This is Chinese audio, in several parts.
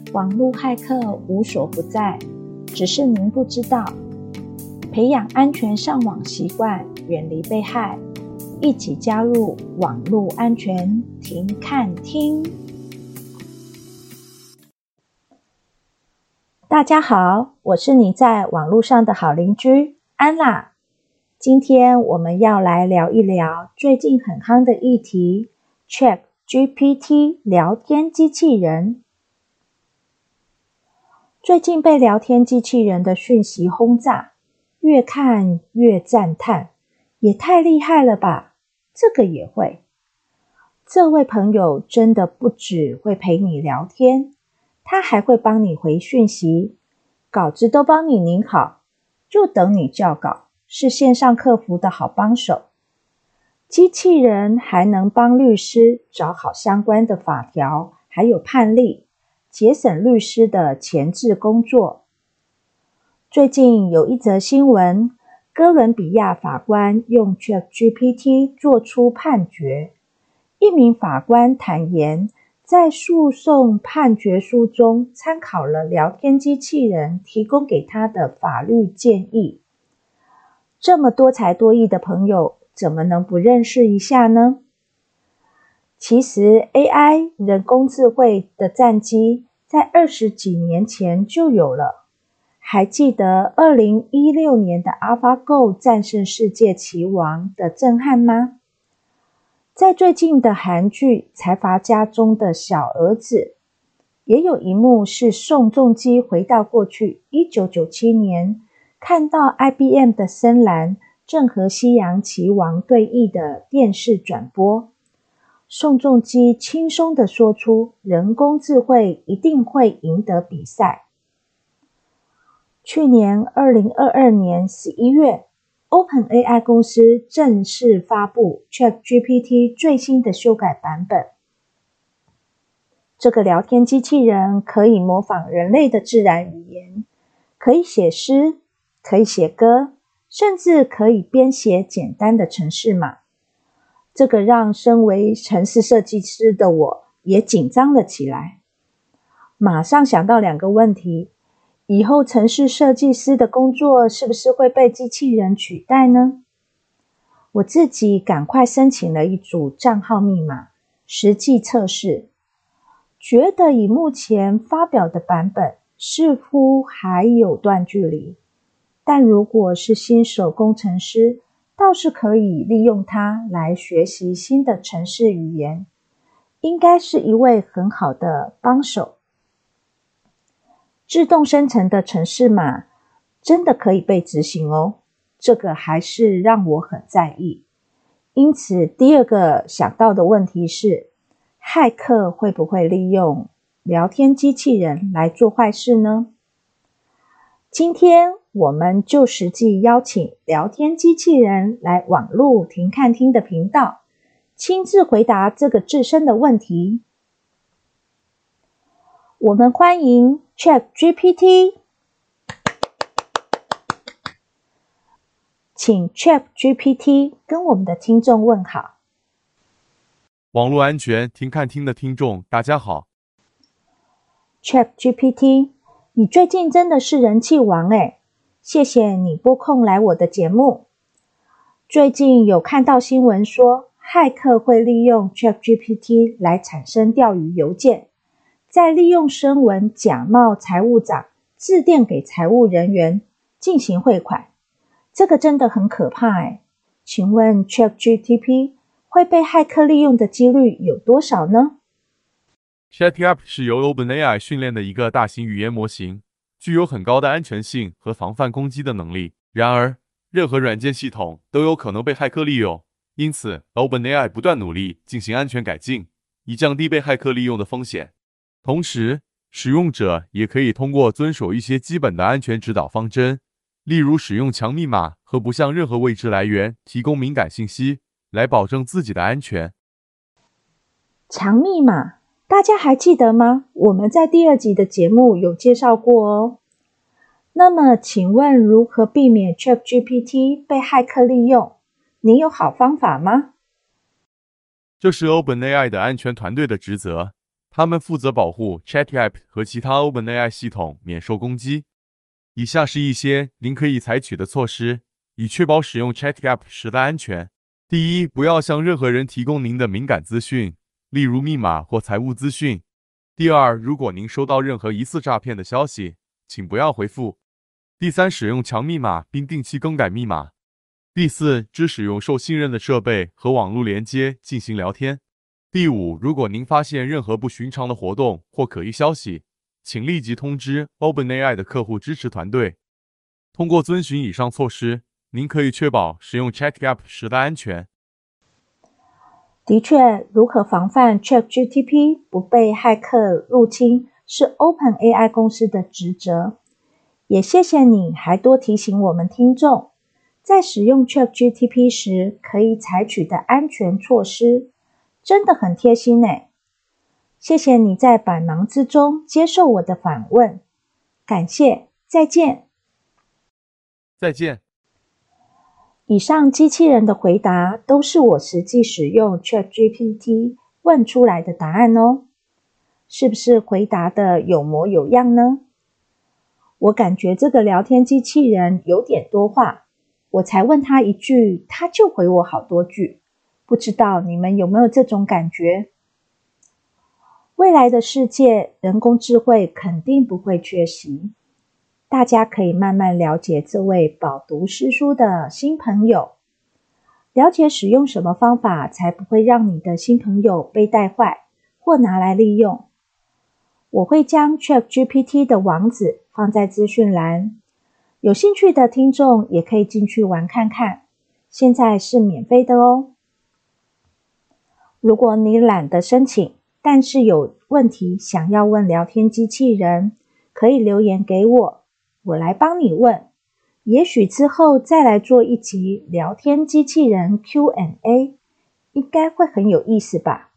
网络骇客无所不在，只是您不知道。培养安全上网习惯，远离被害，一起加入网络安全停看听。大家好，我是你在网络上的好邻居安娜。今天我们要来聊一聊最近很夯的议题 ChatGPT 聊天机器人。最近被聊天机器人的讯息轰炸，越看越赞叹，也太厉害了吧，这个也会。这位朋友真的不只会陪你聊天，他还会帮你回讯息，稿子都帮你拟好，就等你校稿，是线上客服的好帮手。机器人还能帮律师找好相关的法条，还有判例，节省律师的前置工作。最近有一则新闻，哥伦比亚法官用 ChatGPT 做出判决。一名法官坦言，在诉讼判决书中参考了聊天机器人提供给他的法律建议。这么多才多艺的朋友，怎么能不认识一下呢？其实 AI 人工智慧的战机在20几年前就有了。还记得2016年的 AlphaGo 战胜世界棋王的震撼吗？在最近的韩剧《财阀家中的小儿子》，也有一幕是宋仲基回到过去1997年，看到 IBM 的深蓝正和西洋棋王对弈的电视转播。宋仲基轻松地说出人工智慧一定会赢得比赛。去年2022年11月 OpenAI 公司正式发布 ChatGPT 最新的修改版本。这个聊天机器人可以模仿人类的自然语言，可以写诗，可以写歌，甚至可以编写简单的程式码。这个让身为程式设计师的我也紧张了起来。马上想到2个问题，以后程式设计师的工作是不是会被机器人取代呢？我自己赶快申请了一组账号密码，实际测试，觉得以目前发表的版本，似乎还有段距离。但如果是新手工程师，倒是可以利用它来学习新的程式语言，应该是一位很好的帮手。自动生成的程式码真的可以被执行哦，这个还是让我很在意。因此，第2个想到的问题是，骇客会不会利用聊天机器人来做坏事呢？今天我们就实际邀请聊天机器人来网络停看听的频道，亲自回答这个自身的问题。我们欢迎 ChatGPT， 请 ChatGPT 跟我们的听众问好。 网络安全停看听的听众，大家好。 ChatGPT， 你最近真的是人气王耶，谢谢你拨空来我的节目。最近有看到新闻说，骇客会利用 ChatGPT 来产生钓鱼邮件，再利用声纹假冒财务长致电给财务人员进行汇款，这个真的很可怕耶。请问 ChatGPT 会被骇客利用的几率有多少呢？ ChatGPT 是由 OpenAI 训练的一个大型语言模型，具有很高的安全性和防范攻击的能力。然而，任何软件系统都有可能被骇客利用，因此 OpenAI 不断努力进行安全改进，以降低被骇客利用的风险。同时，使用者也可以通过遵守一些基本的安全指导方针，例如使用强密码和不向任何未知来源提供敏感信息，来保证自己的安全。 强密码，大家还记得吗？我们在第2集的节目有介绍过哦。那么，请问如何避免 ChatGPT 被骇客利用？你有好方法吗？ 这是 OpenAI 的安全团队的职责， 他们负责保护 ChatGPT 和其他 OpenAI 系统免受攻击。以下是一些您可以采取的措施，以确保使用 ChatGPT 时的安全。第一，不要向任何人提供您的敏感资讯，例如密码或财务资讯。第二，如果您收到任何疑似诈骗的消息，请不要回复。第三，使用强密码并定期更改密码。第四，只使用受信任的设备和网络连接进行聊天。第五，如果您发现任何不寻常的活动或可疑消息，请立即通知 OpenAI 的客户支持团队。通过遵循以上措施，您可以确保使用 ChatGPT 时的安全。 的确，如何防范 ChatGPT 不被骇客入侵是 OpenAI 公司的职责。也谢谢你还多提醒我们听众，在使用 ChatGPT 时可以采取的安全措施，真的很贴心呢。谢谢你在百忙之中接受我的访问，感谢，再见。 再见。 以上机器人的回答都是我实际使用 ChatGPT 问出来的答案哦，是不是回答的有模有样呢？我感觉这个聊天机器人有点多话，我才问他一句，他就回我好多句，不知道你们有没有这种感觉？未来的世界，人工智慧肯定不会缺席。大家可以慢慢了解这位饱读诗书的新朋友，了解使用什么方法才不会让你的新朋友被带坏或拿来利用。我会将 ChatGPT 的网址放在资讯栏，有兴趣的听众也可以进去玩看看，现在是免费的哦。如果你懒得申请，但是有问题想要问聊天机器人，可以留言给我，我来帮你问。也许之后再来做一集聊天机器人 Q&A， 应该会很有意思吧？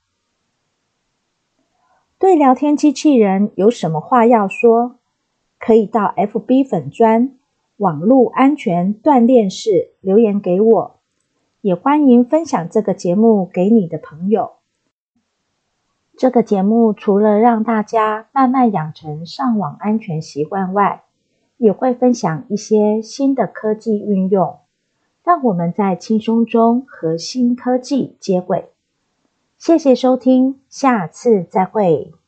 对聊天机器人有什么话要说？可以到 FB 粉专网络安全锻炼室留言给我，也欢迎分享这个节目给你的朋友。这个节目除了让大家慢慢养成上网安全习惯外，也会分享一些新的科技运用，让我们在轻松中和新科技接轨。谢谢收听，下次再会。